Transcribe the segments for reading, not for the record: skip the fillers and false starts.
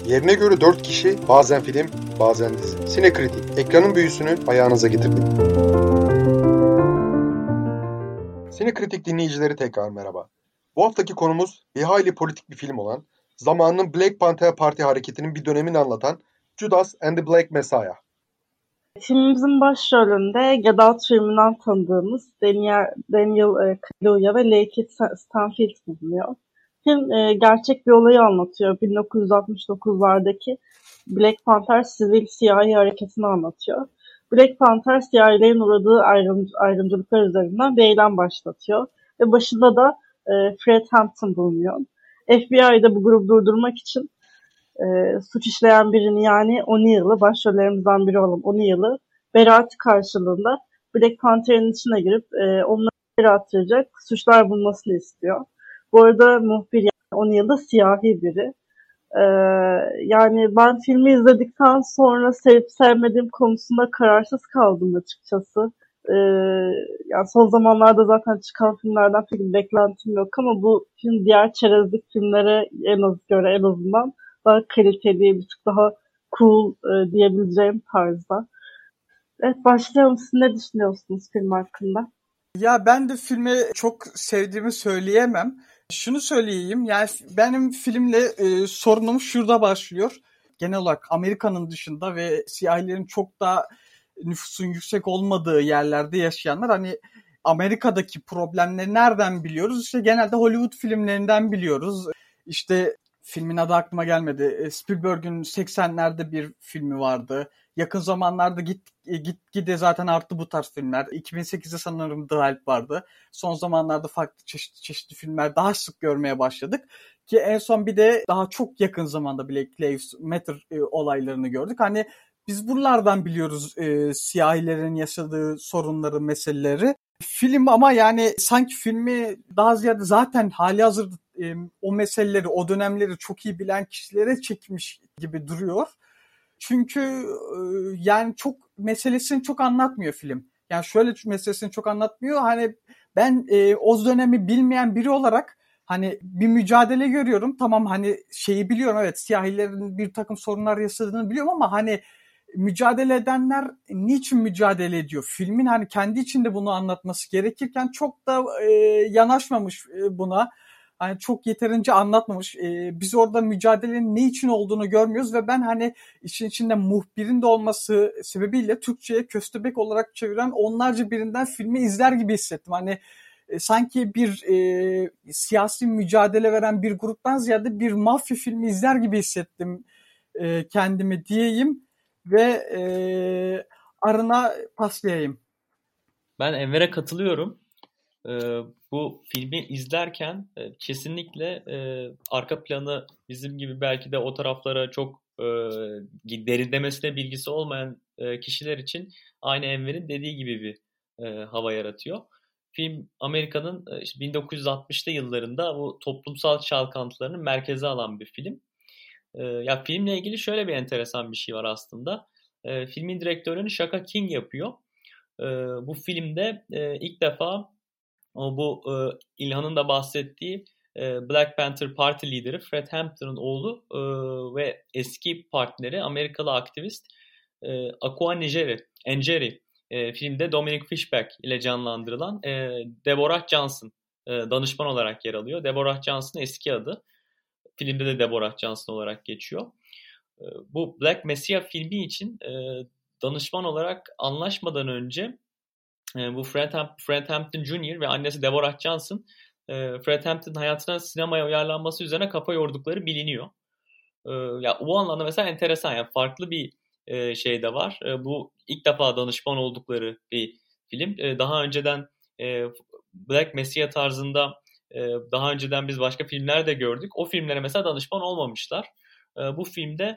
Yerine göre 4 kişi, bazen film, bazen dizi. Sinekritik, ekranın büyüsünü ayağınıza getirdik. Sinekritik dinleyicileri tekrar merhaba. Bu haftaki konumuz bir hayli politik bir film olan, zamanının Black Panther Parti hareketinin bir dönemini anlatan Judas and the Black Messiah. Filmimizin başrolünde Get Out filminden tanıdığımız Daniel Kaluuya ve Lakeith Stanfield bulunuyor. Film gerçek bir olayı anlatıyor. 1969'lardaki Black Panther sivil siyahi hareketini anlatıyor. Black Panther siyahilerin uğradığı ayrımcılıklar üzerinden bir eylem başlatıyor. Ve başında da Fred Hampton bulunuyor. FBI'de bu grubu durdurmak için suç işleyen birini, yani O'Neill'ı, başrollerimizden biri olan O'Neill'ı beraat karşılığında Black Panther'ın içine girip onları beraat suçlar bulmasını istiyor. Bu arada muhbir, yani O'Neill da siyahi biri. Yani ben filmi izledikten sonra sevip sevmediğim konusunda kararsız kaldım açıkçası. Yani son zamanlarda zaten çıkan filmlerden pek bir beklentim yok ama bu film diğer çerezlik filmlere en azından daha kaliteli, bir tık daha cool diyebileceğim tarzda. Evet, başlayalım. Siz ne düşünüyorsunuz film hakkında? Ya ben de filmi çok sevdiğimi söyleyemem. Şunu söyleyeyim, yani benim filmle sorunum şurada başlıyor. Genel olarak Amerika'nın dışında ve siyahilerin çok da nüfusun yüksek olmadığı yerlerde yaşayanlar, hani Amerika'daki problemleri nereden biliyoruz? İşte genelde Hollywood filmlerinden biliyoruz. İşte filmin adı aklıma gelmedi. Spielberg'ün 80'lerde bir filmi vardı. Yakın zamanlarda gitgide zaten arttı bu tarz filmler. 2008'de sanırım The Help vardı. Son zamanlarda farklı çeşitli filmler daha sık görmeye başladık. Ki en son bir de daha çok yakın zamanda Black Lives Matter olaylarını gördük. Hani biz buralardan biliyoruz siyahilerin yaşadığı sorunları, meseleleri. Film ama yani sanki filmi daha ziyade zaten halihazırda o meseleleri, o dönemleri çok iyi bilen kişilere çekmiş gibi duruyor. Çünkü yani çok meselesini çok anlatmıyor film. Yani şöyle meselesini çok anlatmıyor. Hani ben o dönemi bilmeyen biri olarak hani bir mücadele görüyorum. Tamam, hani şeyi biliyorum, evet, siyahilerin bir takım sorunlar yaşadığını biliyorum ama hani mücadele edenler niçin mücadele ediyor? Filmin hani kendi içinde bunu anlatması gerekirken çok da yanaşmamış buna. Hani çok yeterince anlatmamış. Biz orada mücadelenin ne için olduğunu görmüyoruz ve ben hani işin içinde muhbirin de olması sebebiyle Türkçe'ye köstebek olarak çeviren onlarca birinden filmi izler gibi hissettim. Hani sanki bir siyasi mücadele veren bir gruptan ziyade bir mafya filmi izler gibi hissettim kendimi diyeyim ve Arın'a paslayayım. Ben Enver'e katılıyorum. Bu filmi izlerken kesinlikle arka planı bizim gibi belki de o taraflara çok derinlemesine bilgisi olmayan kişiler için aynı Enver'in dediği gibi bir hava yaratıyor. Film Amerika'nın 1960'lı yıllarında bu toplumsal çalkantılarının merkeze alan bir film. Ya filmle ilgili şöyle bir enteresan bir şey var aslında. Filmin direktörünü Shaka King yapıyor. Bu filmde ilk defa bu İlhan'ın da bahsettiği Black Panther Parti lideri Fred Hampton'ın oğlu ve eski partneri Amerikalı aktivist Akua Njeri filmde Dominic Fishback ile canlandırılan Deborah Johnson danışman olarak yer alıyor. Deborah Johnson eski adı. Filmde de Deborah Johnson olarak geçiyor. Bu Black Messiah filmi için danışman olarak anlaşmadan önce bu Fred Hampton Jr. ve annesi Deborah Johnson Fred Hampton'ın hayatına sinemaya uyarlanması üzerine kafa yordukları biliniyor. Ya bu anlamda mesela enteresan, yani farklı bir şey de var. Bu ilk defa danışman oldukları bir film. Daha önceden Black Messiah tarzında daha önceden biz başka filmler de gördük. O filmlere mesela danışman olmamışlar. Bu filmde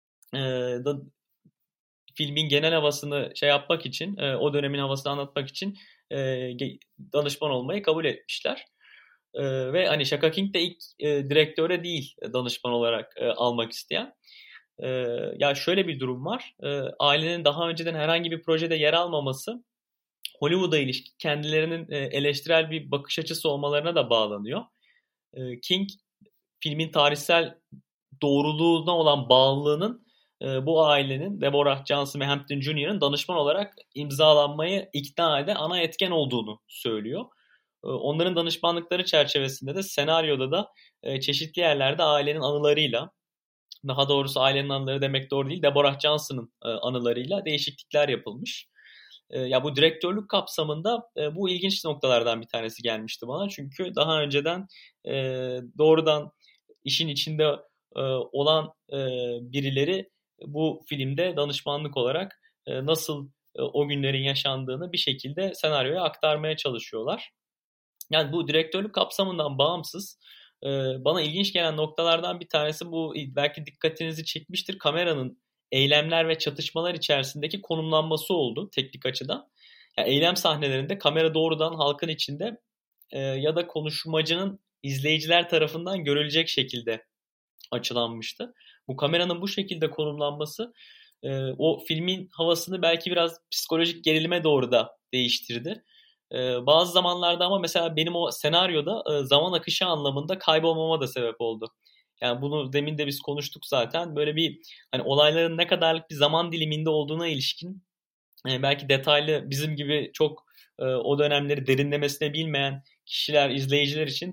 filmin genel havasını şey yapmak için, o dönemin havasını anlatmak için danışman olmayı kabul etmişler. Ve hani Shaka King de ilk direktöre değil danışman olarak almak isteyen. Ya şöyle bir durum var. Ailenin daha önceden herhangi bir projede yer almaması Hollywood'a ilişkin kendilerinin eleştirel bir bakış açısı olmalarına da bağlanıyor. King filmin tarihsel doğruluğuna olan bağlılığının bu ailenin Deborah Johnson ve Hampton Jr.'ın danışman olarak imzalanmayı ikna eden ana etken olduğunu söylüyor. Onların danışmanlıkları çerçevesinde de senaryoda da çeşitli yerlerde ailenin anılarıyla, daha doğrusu ailenin anıları demek doğru değil, Deborah Johnson'ın anılarıyla değişiklikler yapılmış. Ya bu direktörlük kapsamında bu ilginç noktalardan bir tanesi gelmişti bana. Çünkü daha önceden doğrudan işin içinde olan birileri bu filmde danışmanlık olarak nasıl o günlerin yaşandığını bir şekilde senaryoya aktarmaya çalışıyorlar. Yani bu direktörlük kapsamından bağımsız bana ilginç gelen noktalardan bir tanesi bu, belki dikkatinizi çekmiştir, kameranın eylemler ve çatışmalar içerisindeki konumlanması oldu teknik açıdan. Yani eylem sahnelerinde kamera doğrudan halkın içinde ya da konuşmacının izleyiciler tarafından görülecek şekilde açılanmıştı. Bu kameranın bu şekilde konumlanması o filmin havasını belki biraz psikolojik gerilime doğru da değiştirdi. Bazı zamanlarda ama mesela benim o senaryoda zaman akışı anlamında kaybolmama da sebep oldu. Yani bunu demin de biz konuştuk zaten. Böyle bir hani olayların ne kadarlık bir zaman diliminde olduğuna ilişkin belki detaylı bizim gibi çok o dönemleri derinlemesine bilmeyen kişiler, izleyiciler için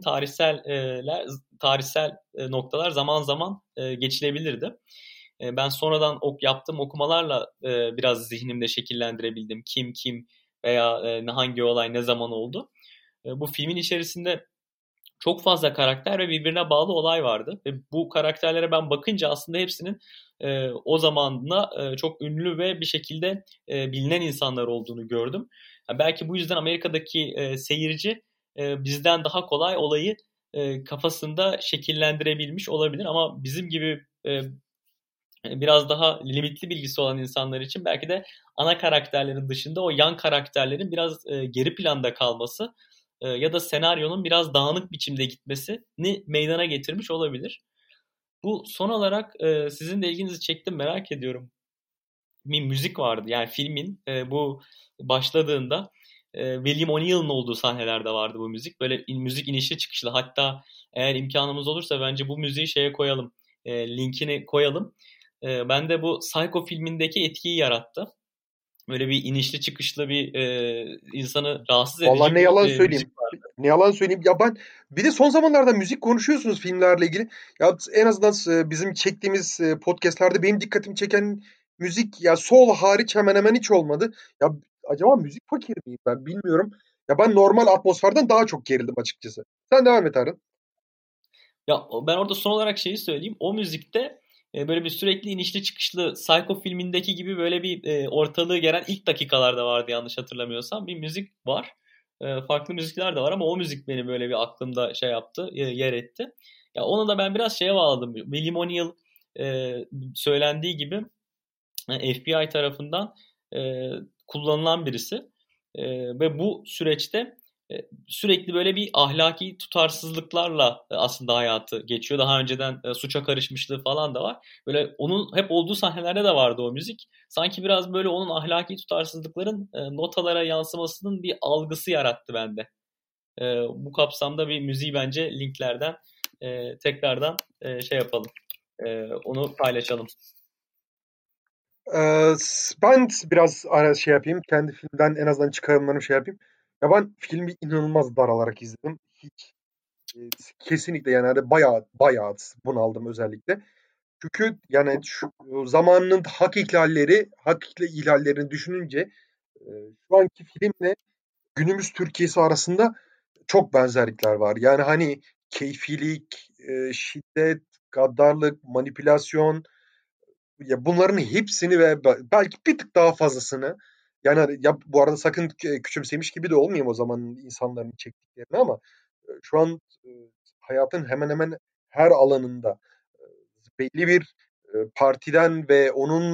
tarihsel noktalar zaman zaman geçilebilirdi. Ben sonradan yaptığım okumalarla biraz zihnimde şekillendirebildim. Kim veya hangi olay ne zaman oldu. Bu filmin içerisinde çok fazla karakter ve birbirine bağlı olay vardı. Ve bu karakterlere ben bakınca aslında hepsinin o zamanla çok ünlü ve bir şekilde bilinen insanlar olduğunu gördüm. Yani belki bu yüzden Amerika'daki seyirci bizden daha kolay olayı kafasında şekillendirebilmiş olabilir. Ama bizim gibi biraz daha limitli bilgisi olan insanlar için belki de ana karakterlerin dışında o yan karakterlerin biraz geri planda kalması ya da senaryonun biraz dağınık biçimde gitmesini meydana getirmiş olabilir. Bu son olarak sizin de ilginizi çekti, merak ediyorum. Bir müzik vardı. Yani filmin bu başladığında William O'Neill'in olduğu sahnelerde vardı bu müzik. Böyle müzik inişli çıkışlı. Hatta eğer imkanımız olursa bence bu müziği şeye koyalım. Linkini koyalım. Ben de bu Psycho filmindeki etkiyi yarattı. Böyle bir inişli çıkışlı bir insanı rahatsız edici Vallahi ne bir yalan müzik söyleyeyim. vardı. Ne yalan söyleyeyim. Ya ben bir de son zamanlarda müzik konuşuyorsunuz filmlerle ilgili. Ya en azından bizim çektiğimiz podcastlerde benim dikkatimi çeken müzik ya soul hariç hemen hemen hiç olmadı. Ya acaba müzik fakiri miyim ben bilmiyorum. Ya ben normal atmosferden daha çok gerildim açıkçası. Sen devam et Harun. Ya ben orada son olarak şeyi söyleyeyim. O müzikte böyle bir sürekli inişli çıkışlı Psycho filmindeki gibi böyle bir ortalığı gelen ilk dakikalarda vardı yanlış hatırlamıyorsam. Bir müzik var. Farklı müzikler de var ama o müzik beni böyle bir aklımda şey yaptı, yer etti. Ya onu da ben biraz şeye bağladım. William O'Neill söylendiği gibi FBI tarafından kullanılan birisi. Ve bu süreçte sürekli böyle bir ahlaki tutarsızlıklarla aslında hayatı geçiyor. Daha önceden suça karışmışlığı falan da var. Böyle onun hep olduğu sahnelerde de vardı o müzik. Sanki biraz böyle onun ahlaki tutarsızlıkların notalara yansımasının bir algısı yarattı bende. Bu kapsamda bir müziği bence linklerden tekrardan şey yapalım. Onu paylaşalım. Ben biraz şey yapayım. Kendi filmden en azından çıkarımlarımı şey yapayım. Ya ben filmi inanılmaz daralarak izledim. Hiç kesinlikle yani hani bayağı bunaldım özellikle. Çünkü yani şu zamanının hak ihlallerini düşününce e, şu anki filmle günümüz Türkiye'si arasında çok benzerlikler var. Yani hani keyfilik, şiddet, gaddarlık, manipülasyon, ya bunların hepsini ve belki bir tık daha fazlasını yani hani ya bu arada sakın küçümsemiş gibi de olmayayım o zaman insanların çektiklerini ama şu an hayatın hemen hemen her alanında belli bir partiden ve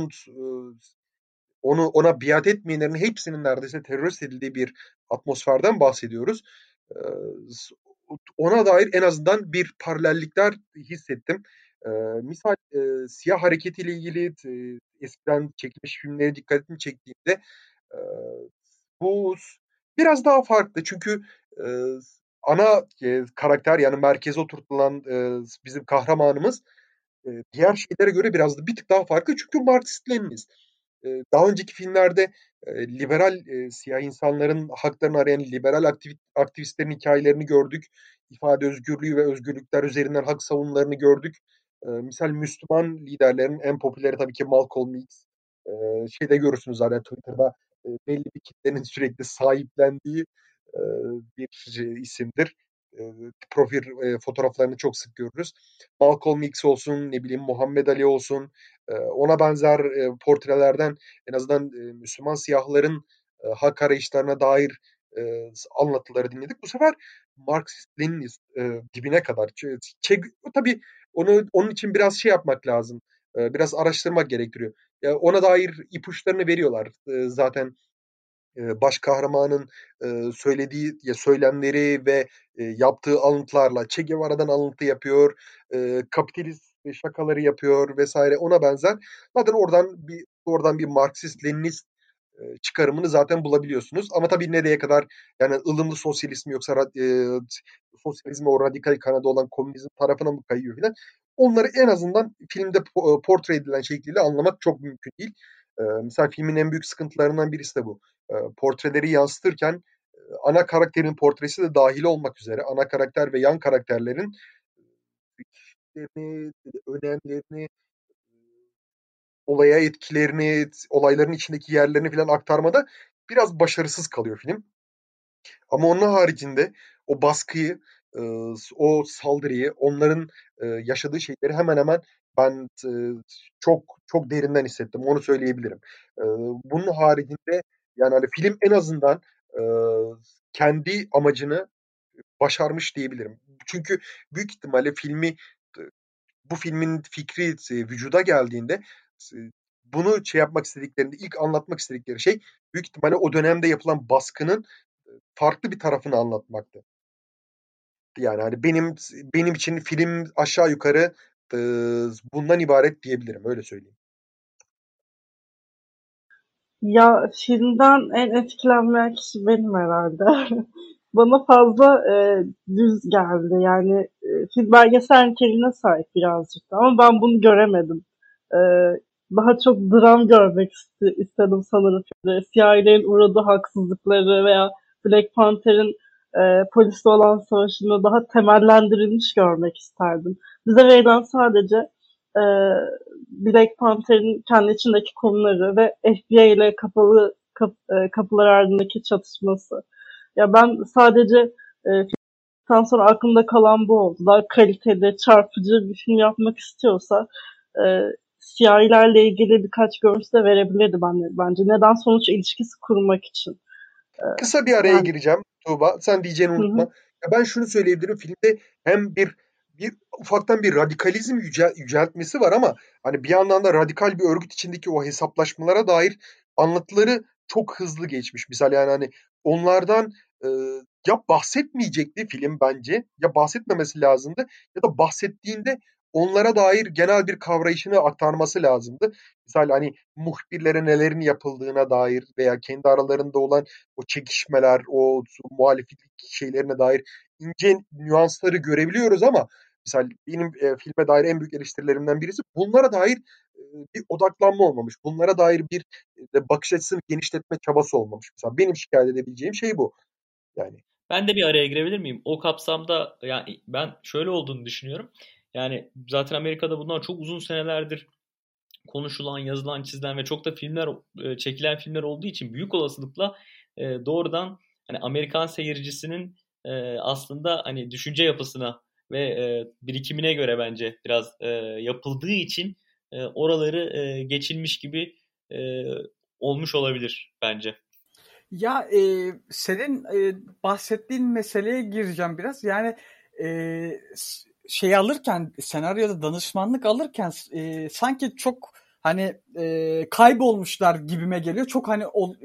ona biat etmeyenlerin hepsinin neredeyse terörist edildiği bir atmosferden bahsediyoruz. Ee, Ona dair en azından bir paralellikler hissettim. Ee, Misal siyah hareketiyle ilgili eskiden çekilmiş filmlere dikkatimi çektiğimde e, bu biraz daha farklı. Çünkü e, ana karakter yani merkeze oturtulan bizim kahramanımız diğer şeylere göre biraz da bir tık daha farklı. Çünkü Marksist-Leninist. Daha önceki filmlerde liberal siyah insanların haklarını arayan liberal aktivistlerin hikayelerini gördük. İfade özgürlüğü ve özgürlükler üzerinden hak savunmalarını gördük. Misal Müslüman liderlerin en popüleri tabii ki Malcolm X. Şeyde görürsünüz zaten Twitter'da belli bir kitlenin sürekli sahiplendiği bir isimdir. Profil fotoğraflarını çok sık görürüz. Malcolm X olsun, ne bileyim Muhammed Ali olsun, ona benzer portrelerden en azından Müslüman siyahların hak arayışlarına dair anlatıları dinledik. Bu sefer Marksist-Leninist dibine kadar. Tabii onun için biraz şey yapmak lazım. Biraz araştırmak gerektiriyor. Ona dair ipuçlarını veriyorlar. Zaten baş kahramanın söylediği söylemleri ve yaptığı alıntılarla Che Guevara'dan alıntı yapıyor, kapitalist şakaları yapıyor vesaire ona benzer. Zaten oradan bir Marksist-Leninist çıkarımını zaten bulabiliyorsunuz. Ama tabii nereye kadar yani ılımlı sosyalizm yoksa sosyalizme o radikal kanadı olan komünizm tarafına mı kayıyor filan. Onları en azından filmde portre edilen şekliyle anlamak çok mümkün değil. Mesela filmin en büyük sıkıntılarından birisi de bu. Portreleri yansıtırken ana karakterin portresi de dahil olmak üzere ana karakter ve yan karakterlerin fikirlerini, önemlerini, olaya etkilerini, olayların içindeki yerlerini falan aktarmada biraz başarısız kalıyor film. Ama onun haricinde o baskıyı, o saldırıyı, onların yaşadığı şeyleri hemen hemen ben çok çok derinden hissettim. Onu söyleyebilirim. Bunun haricinde yani hani film en azından kendi amacını başarmış diyebilirim. Çünkü büyük ihtimalle bu filmin fikri vücuda geldiğinde bunu şey yapmak istediklerinde ilk anlatmak istedikleri şey büyük ihtimalle o dönemde yapılan baskının farklı bir tarafını anlatmaktı. Yani hani benim için film aşağı yukarı bundan ibaret diyebilirim. Öyle söyleyeyim. Ya filmden en etkilenmeyen kişi benim herhalde. Bana fazla düz geldi. Yani film belgesel niteliğine sahip birazcık da ama ben bunu göremedim. E, Daha çok dram görmek istedim sanırım filmde. Siyahilerin uğradığı haksızlıkları veya Black Panther'in polisle olan savaşını daha temellendirilmiş görmek isterdim. Bize verilen sadece e, Black Panther'in kendi içindeki konuları ve FBI ile kapılar ardındaki çatışması. Ya ben sadece filmden sonra aklımda kalan bu oldu. Daha kaliteli, çarpıcı bir film yapmak istiyorsa e, siyahilerle ilgili birkaç görüntü de verebilirdi bence. Neden sonuç ilişkisi kurmak için. E, Kısa bir araya yani gireceğim Tuğba. Sen diyeceğini hı unutma. hı. Ya ben şunu söyleyebilirim. Filmde hem bir ufaktan bir radikalizm yüceltmesi var ama hani bir yandan da radikal bir örgüt içindeki o hesaplaşmalara dair anlatıları çok hızlı geçmiş. Misal yani hani onlardan e, ya bahsetmeyecekti film bence ya bahsetmemesi lazımdı ya da bahsettiğinde onlara dair genel bir kavrayışını aktarması lazımdı. Misal hani muhbirlere nelerin yapıldığına dair veya kendi aralarında olan o çekişmeler, o muhaliflik şeylerine dair ince nüansları görebiliyoruz ama mesela benim filme dair en büyük eleştirilerimden birisi bunlara dair bir odaklanma olmamış. Bunlara dair bir bakış açısını genişletme çabası olmamış. Mesela benim şikayet edebileceğim şey bu. Yani Ben de bir araya girebilir miyim? O kapsamda yani ben şöyle olduğunu düşünüyorum. Yani zaten Amerika'da bundan çok uzun senelerdir konuşulan, yazılan, çizilen ve çok da çekilen filmler olduğu için büyük olasılıkla doğrudan hani Amerikan seyircisinin aslında hani düşünce yapısına ve birikimine göre bence biraz yapıldığı için oraları geçilmiş gibi e, olmuş olabilir bence. Ya senin bahsettiğin meseleye gireceğim biraz. Yani e, şey alırken, senaryoda danışmanlık alırken sanki çok hani kaybolmuşlar gibime geliyor. Çok hani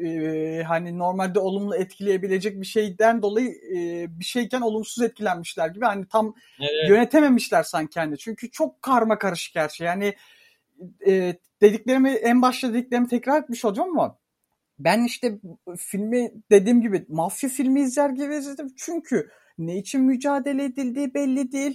hani normalde olumlu etkileyebilecek bir şeyden dolayı bir şeyken olumsuz etkilenmişler gibi. Hani tam Evet. yönetememişler sanki hani. Çünkü çok karma karışık her şey. Yani en başta dediklerimi tekrar etmiş olacağım ama ben işte filmi dediğim gibi mafya filmi izler gibi izledim. Çünkü ne için mücadele edildiği belli değil.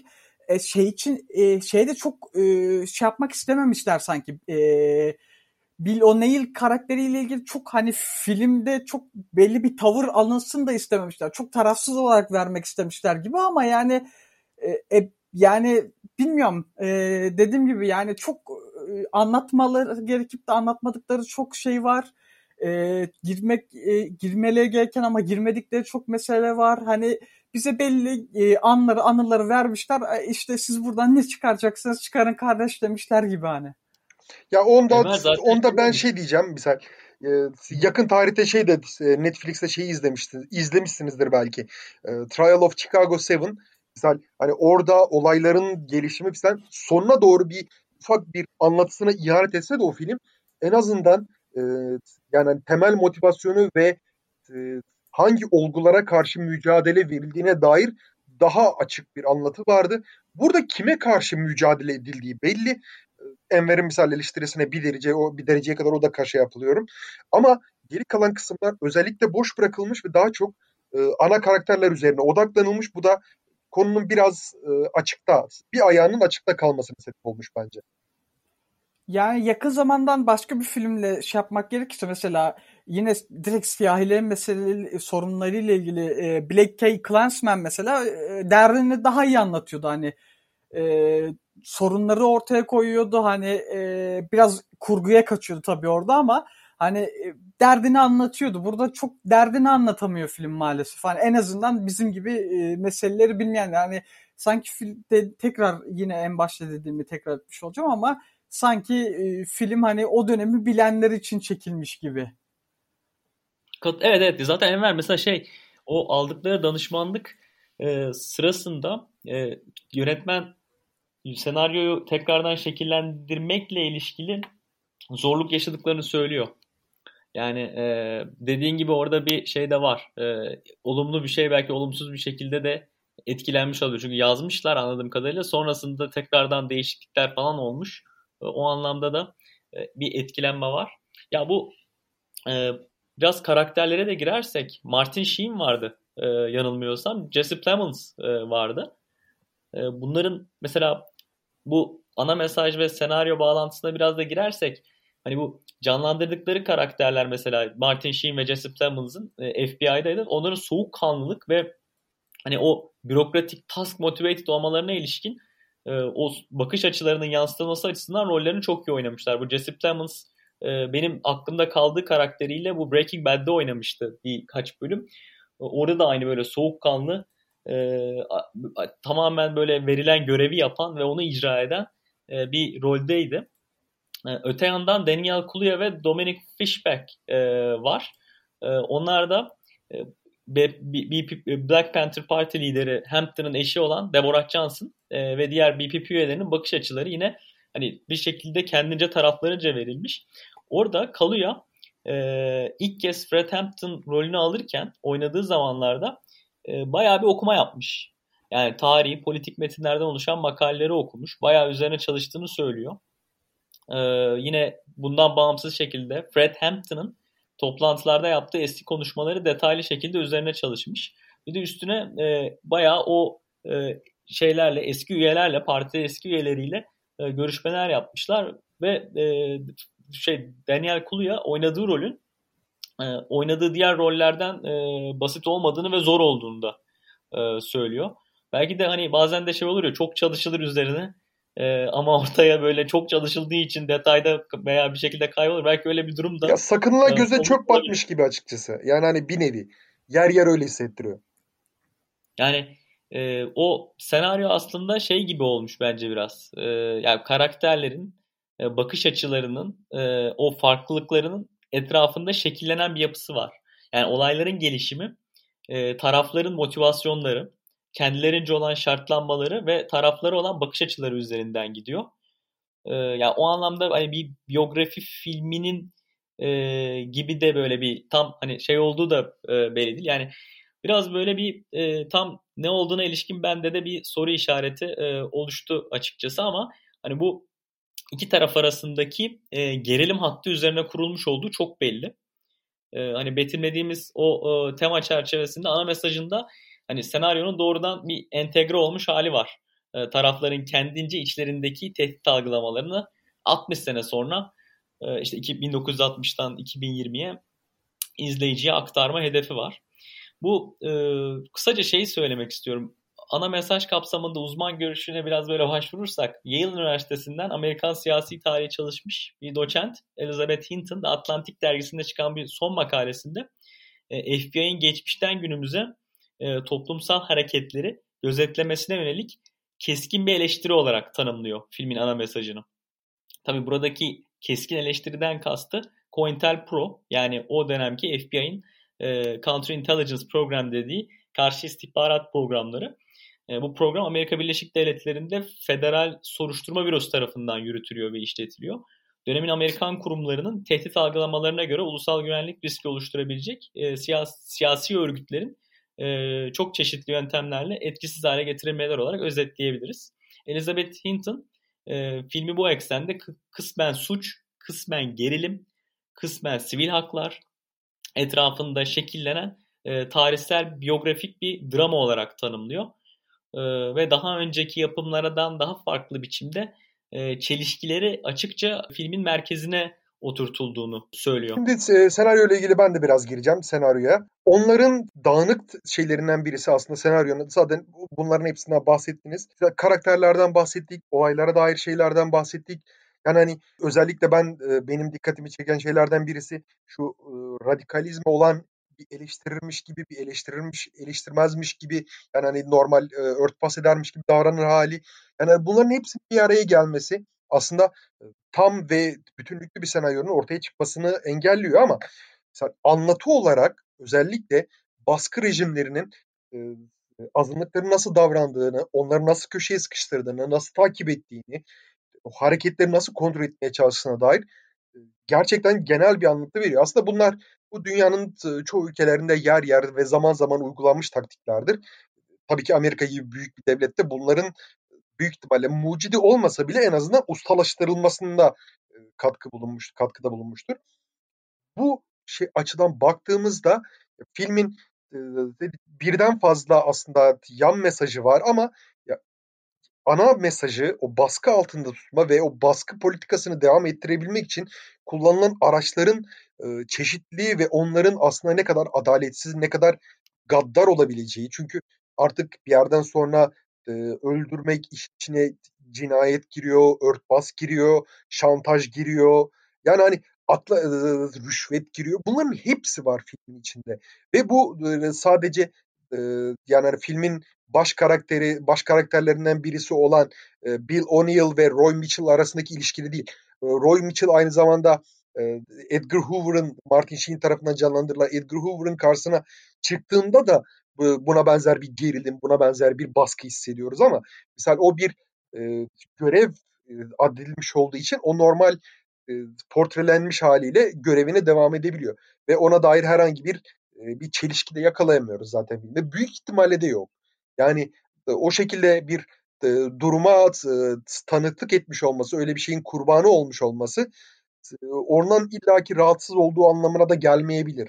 şey için şeyde çok şey yapmak istememişler sanki. Bill O'Neill karakteriyle ilgili çok hani filmde çok belli bir tavır alınsın da istememişler. Çok tarafsız olarak vermek istemişler gibi ama yani yani bilmiyorum, dediğim gibi yani çok anlatmaları gerekip de anlatmadıkları çok şey var. Girmeleri gereken ama girmedikleri çok mesele var. Hani bize belli anıları vermişler. İşte siz buradan ne çıkaracaksınız çıkarın kardeş demişler gibi hani. Ya Enver zaten onda ben şey diyeceğim misal, yakın tarihte şey de Netflix'te şeyi izlemişsinizdir belki. Trial of Chicago 7. Misal hani orada olayların gelişimi misal sonuna doğru bir ufak bir anlatısına ihanet etse de o film en azından yani hani temel motivasyonu ve hangi olgulara karşı mücadele verildiğine dair daha açık bir anlatı vardı. Burada kime karşı mücadele edildiği belli. Enver'in misal eleştirisine bir dereceye kadar o da kaşe yapılıyorum. Ama geri kalan kısımlar özellikle boş bırakılmış ve daha çok ana karakterler üzerine odaklanılmış. Bu da konunun biraz açıkta, bir ayağının açıkta kalmasına sebep olmuş bence. Yani yakın zamandan başka bir filmle şey yapmak gerekirse mesela yine direkt siyahilerin sorunlarıyla ilgili Black K. Klansman mesela derdini daha iyi anlatıyordu. Hani sorunları ortaya koyuyordu. Hani biraz kurguya kaçıyordu tabii orada ama hani derdini anlatıyordu. Burada çok derdini anlatamıyor film maalesef. Hani en azından bizim gibi meseleleri bilmeyen, yani sanki filmde tekrar yine en başta dediğimi tekrar etmiş olacağım ama sanki film hani o dönemi bilenler için çekilmiş gibi. Evet zaten Enver mesela o aldıkları danışmanlık sırasında yönetmen senaryoyu tekrardan şekillendirmekle ilişkili zorluk yaşadıklarını söylüyor. Yani dediğin gibi orada bir şey de var. Olumlu bir şey belki olumsuz bir şekilde de etkilenmiş oluyor. Çünkü yazmışlar anladığım kadarıyla. Sonrasında tekrardan değişiklikler falan olmuş. O anlamda da bir etkilenme var. Ya bu biraz karakterlere de girersek Martin Sheen vardı yanılmıyorsam. Jesse Plemons vardı. Bunların mesela bu ana mesaj ve senaryo bağlantısına biraz da girersek hani bu canlandırdıkları karakterler mesela Martin Sheen ve Jesse Plemons'ın FBI'daydı. Onların soğukkanlılık ve hani o bürokratik task motivated olmalarına ilişkin o bakış açılarının yansıtılması açısından rollerini çok iyi oynamışlar. Bu Jesse Plemons benim aklımda kaldığı karakteriyle bu Breaking Bad'de oynamıştı birkaç bölüm. Orada da aynı böyle soğukkanlı tamamen böyle verilen görevi yapan ve onu icra eden bir roldeydi. Öte yandan Daniel Kaluuya ve Dominic Fishback var. Onlar da Black Panther Parti lideri Hampton'ın eşi olan Deborah Johnson ve diğer BPP üyelerinin bakış açıları yine hani bir şekilde kendince taraflarınca verilmiş. Orada Kaluuya ilk kez Fred Hampton rolünü alırken oynadığı zamanlarda bayağı bir okuma yapmış. Yani tarihi, politik metinlerden oluşan makaleleri okumuş. Bayağı üzerine çalıştığını söylüyor. Yine bundan bağımsız şekilde Fred Hampton'ın toplantılarda yaptığı eski konuşmaları detaylı şekilde üzerine çalışmış. Bir de üstüne bayağı o eski üyelerle, parti eski üyeleriyle görüşmeler yapmışlar ve Daniel Kaluuya oynadığı rolün oynadığı diğer rollerden basit olmadığını ve zor olduğunu da söylüyor. Belki de hani bazen de olur ya, çok çalışılır üzerine ama ortaya böyle çok çalışıldığı için detayda veya bir şekilde kaybolur. Belki öyle bir durum da Ya sakınla göze olur çöp olabilir. batmış gibi açıkçası. Yani hani bir nevi. Yer yer öyle hissettiriyor. Yani o senaryo aslında gibi olmuş bence biraz. Yani karakterlerin bakış açılarının o farklılıklarının etrafında şekillenen bir yapısı var. Yani olayların gelişimi, tarafların motivasyonları, kendilerince olan şartlanmaları ve taraflara olan bakış açıları üzerinden gidiyor. Yani o anlamda hani bir biyografi filminin gibi de böyle bir tam hani olduğu da belli değil. Yani biraz böyle bir tam ne olduğuna ilişkin bende de bir soru işareti oluştu açıkçası ama hani bu iki taraf arasındaki gerilim hattı üzerine kurulmuş olduğu çok belli. Hani betimlediğimiz o tema çerçevesinde ana mesajında hani senaryonun doğrudan bir entegre olmuş hali var. tarafların kendince içlerindeki tehdit algılamalarını 60 sene sonra işte 1960'tan 2020'ye izleyiciye aktarma hedefi var. Bu kısaca şeyi söylemek istiyorum. Ana mesaj kapsamında uzman görüşüne biraz böyle başvurursak, Yale Üniversitesi'nden Amerikan siyasi tarihi çalışmış bir doçent Elizabeth Hinton, The Atlantic dergisinde çıkan bir son makalesinde FBI'nin geçmişten günümüze toplumsal hareketleri gözetlemesine yönelik keskin bir eleştiri olarak tanımlıyor filmin ana mesajını. Tabii buradaki keskin eleştiriden kastı COINTELPRO, yani o dönemki FBI'nin Counterintelligence Program dediği karşı istihbarat programları. Bu program Amerika Birleşik Devletleri'nde Federal Soruşturma Bürosu tarafından yürütülüyor ve işletiliyor. Dönemin Amerikan kurumlarının tehdit algılamalarına göre ulusal güvenlik riski oluşturabilecek siyasi örgütlerin çok çeşitli yöntemlerle etkisiz hale getirilmeler olarak özetleyebiliriz. Elizabeth Hinton filmi bu eksende kısmen suç, kısmen gerilim, kısmen sivil haklar etrafında şekillenen tarihsel biyografik bir drama olarak tanımlıyor. Ve daha önceki yapımlardan daha farklı biçimde çelişkileri açıkça filmin merkezine oturtulduğunu söylüyor. Şimdi senaryo ile ilgili ben de biraz gireceğim senaryoya. Onların dağınık şeylerinden birisi aslında senaryonun, zaten bunların hepsinden bahsettiniz. Karakterlerden bahsettik, olaylara dair şeylerden bahsettik. Yani hani özellikle benim dikkatimi çeken şeylerden birisi şu radikalizme olan bir eleştirirmiş gibi, bir eleştirmezmiş gibi, yani hani normal örtbas edermiş gibi davranır hali. Yani bunların hepsinin bir araya gelmesi aslında tam ve bütünlüklü bir senaryonun ortaya çıkmasını engelliyor ama mesela anlatı olarak özellikle baskı rejimlerinin e, azınlıkların nasıl davrandığını, onları nasıl köşeye sıkıştırdığını, nasıl takip ettiğini, o hareketleri nasıl kontrol etmeye çalıştığına dair gerçekten genel bir anlatı veriyor. Aslında bunlar bu dünyanın çoğu ülkelerinde yer yer ve zaman zaman uygulanmış taktiklerdir. Tabii ki Amerika gibi büyük bir devlette bunların büyük ihtimalle mucidi olmasa bile en azından ustalaştırılmasında katkıda bulunmuştur. Bu açıdan baktığımızda filmin birden fazla aslında yan mesajı var ama ana mesajı o baskı altında tutma ve o baskı politikasını devam ettirebilmek için kullanılan araçların çeşitliliği ve onların aslında ne kadar adaletsiz, ne kadar gaddar olabileceği. Çünkü artık bir yerden sonra öldürmek içine cinayet giriyor, örtbas giriyor, şantaj giriyor. Yani hani rüşvet giriyor. Bunların hepsi var filmin içinde. Ve bu sadece yani hani filmin baş karakterlerinden birisi olan Bill O'Neill ve Roy Mitchell arasındaki ilişkili değil. Roy Mitchell aynı zamanda Edgar Hoover'ın, Martin Sheen tarafından canlandırılan Edgar Hoover'ın karşısına çıktığında da buna benzer bir gerilim, buna benzer bir baskı hissediyoruz ama misal o bir görev addedilmiş olduğu için o normal portrelenmiş haliyle görevine devam edebiliyor. Ve ona dair herhangi bir çelişki de yakalayamıyoruz zaten filmde. Büyük ihtimalle de yok. Yani o şekilde bir duruma tanıklık etmiş olması, öyle bir şeyin kurbanı olmuş olması ondan illaki rahatsız olduğu anlamına da gelmeyebilir.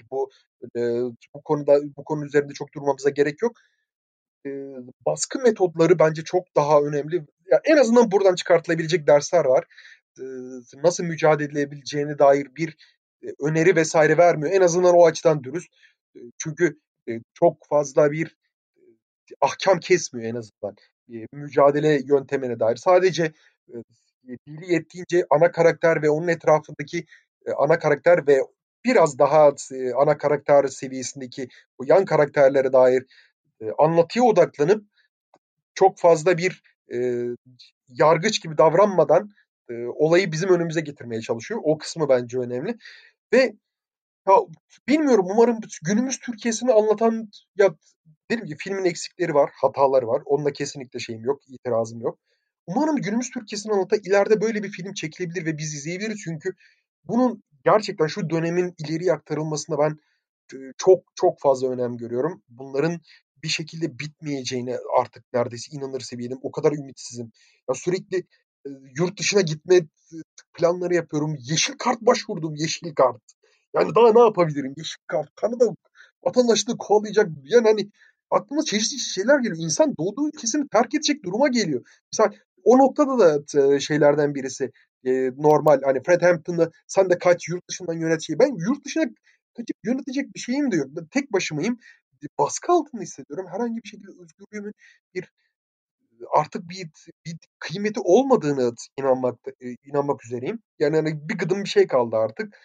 Bu konu üzerinde çok durmamıza gerek yok. Baskı metotları bence çok daha önemli. Ya en azından buradan çıkartılabilecek dersler var. Nasıl mücadele edilebileceğine dair bir öneri vesaire vermiyor. En azından o açıdan dürüst. Çünkü çok fazla bir ahkam kesmiyor en azından. Mücadele yöntemine dair. Sadece dili yettiğince ana karakter ve onun etrafındaki ana karakter ve biraz daha ana karakter seviyesindeki o yan karakterlere dair anlatıya odaklanıp çok fazla bir yargıç gibi davranmadan olayı bizim önümüze getirmeye çalışıyor. O kısmı bence önemli. Ve ya bilmiyorum, umarım günümüz Türkiye'sini anlatan, ya dedim ki filmin eksikleri var, hataları var. Onunla kesinlikle şeyim yok, itirazım yok. Umarım günümüz Türkiye'sini anlatan ileride böyle bir film çekilebilir ve biz izleyebiliriz. Çünkü bunun gerçekten şu dönemin ileriye aktarılmasına ben çok çok fazla önem görüyorum. Bunların bir şekilde bitmeyeceğine artık neredeyse inanır seviyedeyim. O kadar ümitsizim. Ya sürekli yurt dışına gitme planları yapıyorum. Yeşil kart başvurdum, yeşil kart. Yani daha ne yapabilirim? Yeşil kart, Kanada vatandaşlığı kovalayacak. Yani hani aklıma çeşitli şeyler geliyor. İnsan doğduğu ülkesini terk edecek duruma geliyor. Mesela o noktada da şeylerden birisi normal hani Fred Hampton'da sen de kaç yurt dışından yönet şeyi. Ben yurt dışına kaçıp yönetecek bir şeyim de yok. Ben tek başımayım. Baskı altında hissediyorum. Herhangi bir şekilde özgürlüğümün bir artık bir kıymeti olmadığını inanmak üzereyim. Yani hani bir gıdım bir şey kaldı artık.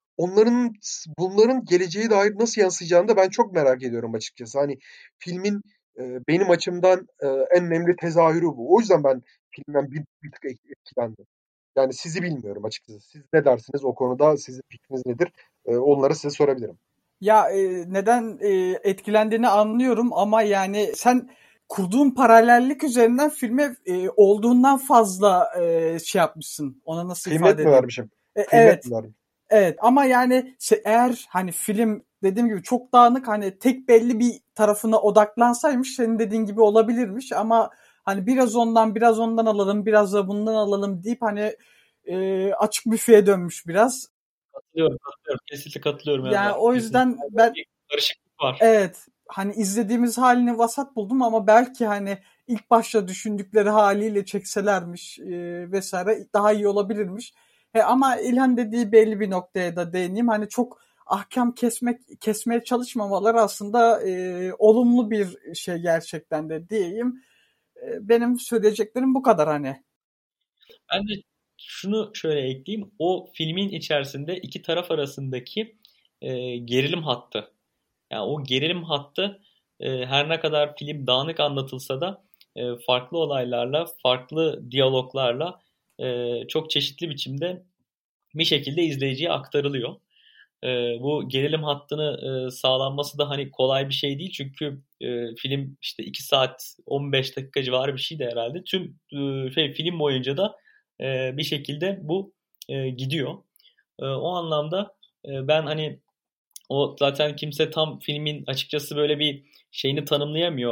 Bunların geleceğe dair nasıl yansıyacağını da ben çok merak ediyorum açıkçası. Hani filmin benim açımdan en önemli tezahürü bu. O yüzden ben filmden bir tık etkilendim. Yani sizi bilmiyorum açıkçası. Siz ne dersiniz o konuda? Sizin fikriniz nedir? Onları size sorabilirim. Ya neden etkilendiğini anlıyorum ama yani sen kurduğun paralellik üzerinden filme olduğundan fazla şey yapmışsın. Ona nasıl Kıymet ifade mi edeyim? vermişim? Kıymet Evet. mi vermişim? Evet ama yani eğer hani film dediğim gibi çok dağınık hani tek belli bir tarafına odaklansaymış senin dediğin gibi olabilirmiş ama hani biraz ondan alalım biraz da bundan alalım deyip hani açık büfeye dönmüş biraz. Katılıyorum. Kesinlikle katılıyorum Yani Emre. o Kesinlikle yüzden ben bir karışıklık var. evet hani izlediğimiz halini vasat buldum ama belki hani ilk başta düşündükleri haliyle çekselermiş vesaire daha iyi olabilirmiş. Ama İlhan dediği belli bir noktaya da değineyim. Hani çok ahkam kesmeye çalışmamaları aslında olumlu bir şey gerçekten de diyeyim. Benim söyleyeceklerim bu kadar hani. Ben de şunu şöyle ekleyeyim. O filmin içerisinde iki taraf arasındaki gerilim hattı. Yani o gerilim hattı her ne kadar film dağınık anlatılsa da farklı olaylarla, farklı diyaloglarla çok çeşitli biçimde bir şekilde izleyiciye aktarılıyor. Bu gerilim hattını sağlanması da hani kolay bir şey değil çünkü film işte 2 saat 15 dakika civarı bir şey de herhalde. Tüm film boyunca da bir şekilde bu gidiyor. O anlamda ben hani o zaten kimse tam filmin açıkçası böyle bir şeyini tanımlayamıyor.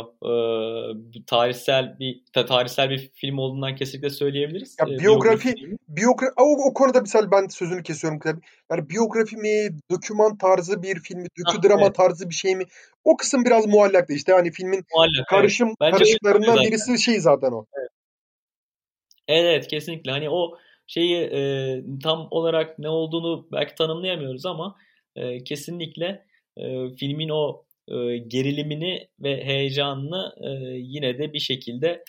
Tarihsel bir film olduğundan kesinlikle söyleyebiliriz. Ya Biyografi filmi. o konuda misal ben sözünü kesiyorum. Yani biyografi mi, doküman tarzı bir film mi, Evet, drama tarzı bir şey mi? O kısım biraz muallak da işte hani filmin muallak, evet. Bence öyle kalıyor karışıklarından zaten. birisi şey zaten o. Evet, kesinlikle. Hani o şeyi tam olarak ne olduğunu belki tanımlayamıyoruz ama kesinlikle filmin o gerilimini ve heyecanını yine de bir şekilde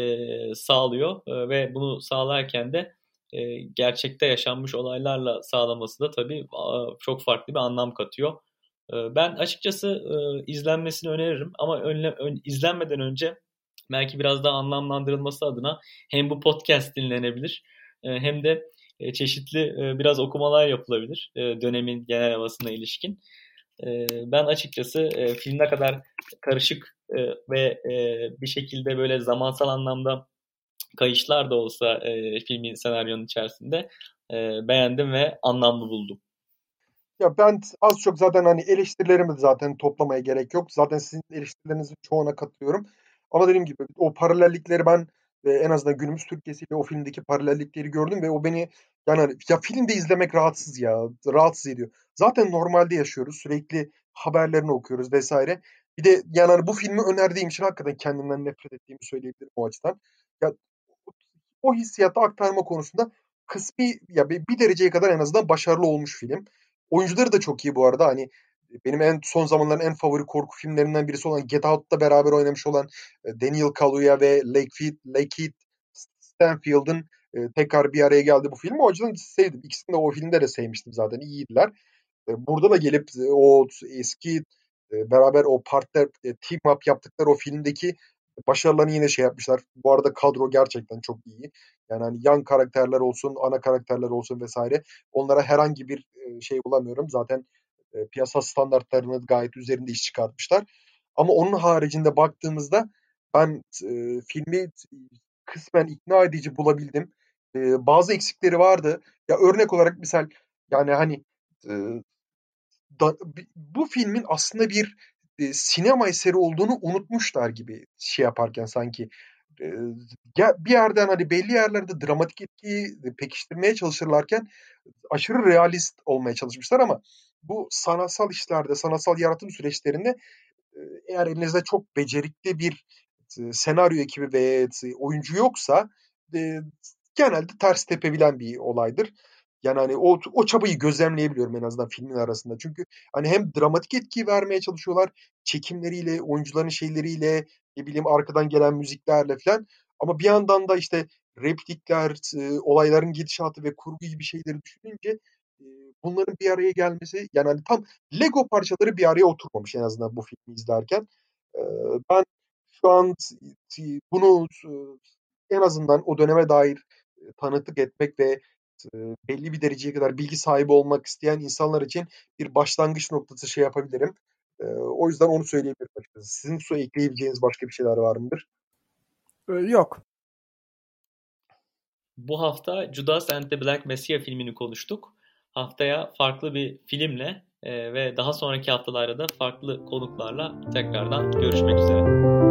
sağlıyor ve bunu sağlarken de gerçekte yaşanmış olaylarla sağlaması da tabii çok farklı bir anlam katıyor. Ben açıkçası izlenmesini öneririm ama izlenmeden önce belki biraz daha anlamlandırılması adına hem bu podcast dinlenebilir hem de çeşitli biraz okumalar yapılabilir dönemin genel havasına ilişkin. Ben açıkçası film ne kadar karışık ve bir şekilde böyle zamansal anlamda kayışlar da olsa filmin senaryonun içerisinde beğendim ve anlamlı buldum. Ya ben az çok zaten hani eleştirilerimi zaten toplamaya gerek yok. Zaten sizin eleştirilerinizin çoğuna katılıyorum. Ama dediğim gibi o paralellikleri ben en azından günümüz Türkiye'siyle o filmdeki paralellikleri gördüm ve o beni yani ya filmde izlemek rahatsız ya. Rahatsız ediyor. Zaten normalde yaşıyoruz. Sürekli haberlerini okuyoruz vesaire. Bir de yani hani bu filmi önerdiğim için hakikaten kendimden nefret ettiğimi söyleyebilirim o açıdan. Ya o hissiyatı aktarma konusunda kısmi ya bir dereceye kadar en azından başarılı olmuş film. Oyuncuları da çok iyi bu arada. Hani benim son zamanların en favori korku filmlerinden birisi olan Get Out'ta beraber oynamış olan Daniel Kaluuya ve Lakeith Stanfield'ın tekrar bir araya geldi bu film. O açıdan sevdim. İkisini de o filmde de sevmiştim zaten. İyiydiler. Burada da gelip o eski beraber o partner team up yaptıkları o filmdeki başarılarını yine şey yapmışlar. Bu arada kadro gerçekten çok iyi. Yani hani yan karakterler olsun, ana karakterler olsun vesaire. Onlara herhangi bir şey bulamıyorum. Zaten piyasa standartlarının gayet üzerinde iş çıkartmışlar. Ama onun haricinde baktığımızda ben filmi kısmen ikna edici bulabildim. Bazı eksikleri vardı. Ya örnek olarak misal yani hani e, bu filmin aslında bir sinema eseri olduğunu unutmuşlar gibi şey yaparken sanki. Eee, bir yerden hani belli yerlerde dramatik etkiyi pekiştirmeye çalışırlarken aşırı realist olmaya çalışmışlar ama bu sanatsal işlerde, sanatsal yaratım süreçlerinde Eğer elinizde çok becerikli bir senaryo ekibi ve oyuncu yoksa e, genelde ters tepebilen bir olaydır. Yani hani o çabayı gözlemleyebiliyorum en azından filmin arasında. Çünkü hani hem dramatik etki vermeye çalışıyorlar çekimleriyle, oyuncuların şeyleriyle, ne bileyim arkadan gelen müziklerle falan. Ama bir yandan da işte replikler, olayların gidişatı ve kurgu gibi şeyleri düşününce e, bunların bir araya gelmesi yani hani tam Lego parçaları bir araya oturmamış en azından bu filmi izlerken. E, Ben şu an bunu en azından o döneme dair tanıklık etmek ve belli bir dereceye kadar bilgi sahibi olmak isteyen insanlar için bir başlangıç noktası şey yapabilirim. O yüzden onu söyleyebilirim açıkçası. Sizin ekleyebileceğiniz başka bir şeyler var mıdır? Yok. Bu hafta Judas and the Black Messiah filmini konuştuk. Haftaya farklı bir filmle ve daha sonraki haftalarda da farklı konuklarla tekrardan görüşmek üzere.